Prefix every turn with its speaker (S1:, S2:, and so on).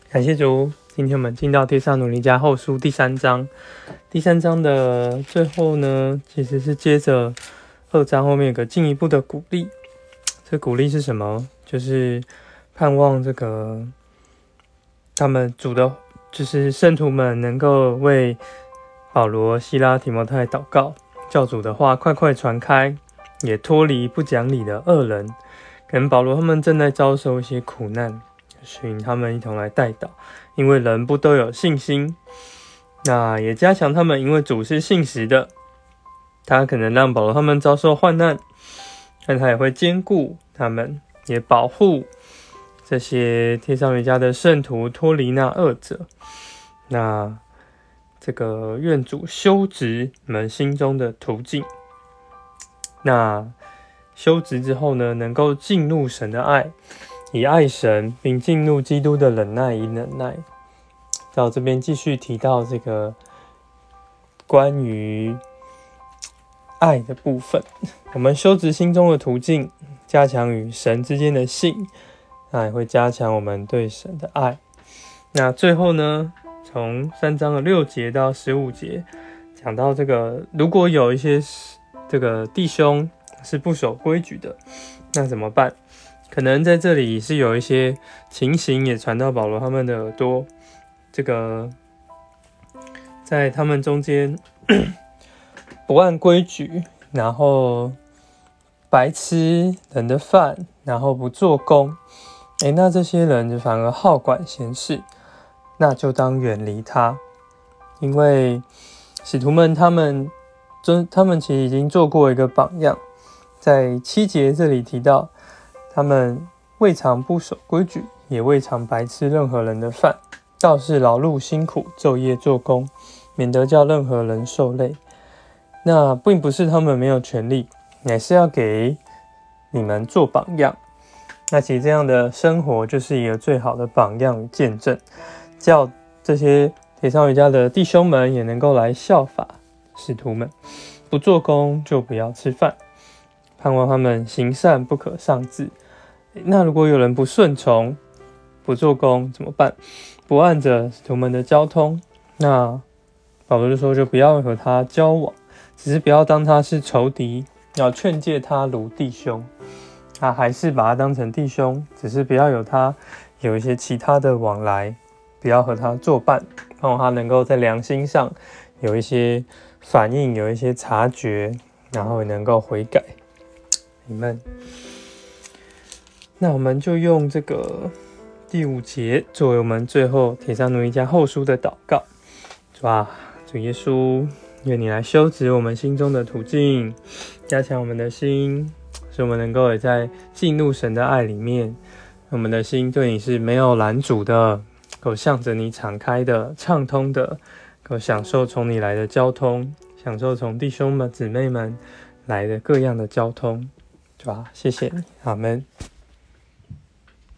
S1: 感谢主，今天我们进到帖撒罗尼迦后书第3章。第3章的最后呢，其实是接着2章后面有个进一步的鼓励。这鼓励是什么？就是盼望这个他们主的，就是圣徒们能够为保罗、西拉、提摩太祷告，叫主的话快快传开，也脱离不讲理的恶人。可能保罗他们正在遭受一些苦难，寻他们一同来代祷，因为人不都有信心。那也加强他们，因为主是信实的，他可能让保罗他们遭受患难，但他也会兼顾他们，也保护这些帖撒罗尼迦的圣徒脱离那恶者。那这个愿主修直你们心中的途径。那修直之后呢，能够进入神的爱，以爱神，并进入基督的忍耐，以忍耐。到这边继续提到这个关于爱的部分，我们修直心中的途径，加强与神之间的信，那也会加强我们对神的爱。那最后呢，从3章的6节到15节，讲到这个，如果有一些这个弟兄是不守规矩的，那怎么办？可能在这里是有一些情形也传到保罗他们的耳朵，这个在他们中间不按规矩，然后白吃人的饭，然后不做工，那这些人就反而好管闲事，那就当远离他。因为使徒们他们其实已经做过一个榜样，在7节这里提到，他们未尝不守规矩，也未尝白吃任何人的饭，倒是劳碌辛苦，昼夜做工，免得叫任何人受累。那并不是他们没有权利，也是要给你们做榜样。那其实这样的生活就是一个最好的榜样与见证，叫这些帖撒罗尼迦的弟兄们也能够来效法使徒们，不做工就不要吃饭，盼望他们行善不可丧志。那如果有人不顺从，不做工怎么办？不按着使徒们的交通，那保罗就说就不要和他交往，只是不要当他是仇敌，要劝诫他如弟兄。还是把他当成弟兄，只是不要有一些其他的往来，不要和他作伴，盼望他能够在良心上有一些反应，有一些察觉，然后也能够悔改。Amen。那我们就用这个第5节作为我们最后帖撒罗尼迦后书的祷告。主耶稣，愿你来修直我们心中的途径，加强我们的心，使我们能够也在进入神的爱里面，我们的心对你是没有拦阻的，够向着你敞开的、畅通的，够享受从你来的交通，享受从弟兄们、姊妹们来的各样的交通。谢谢你，阿们。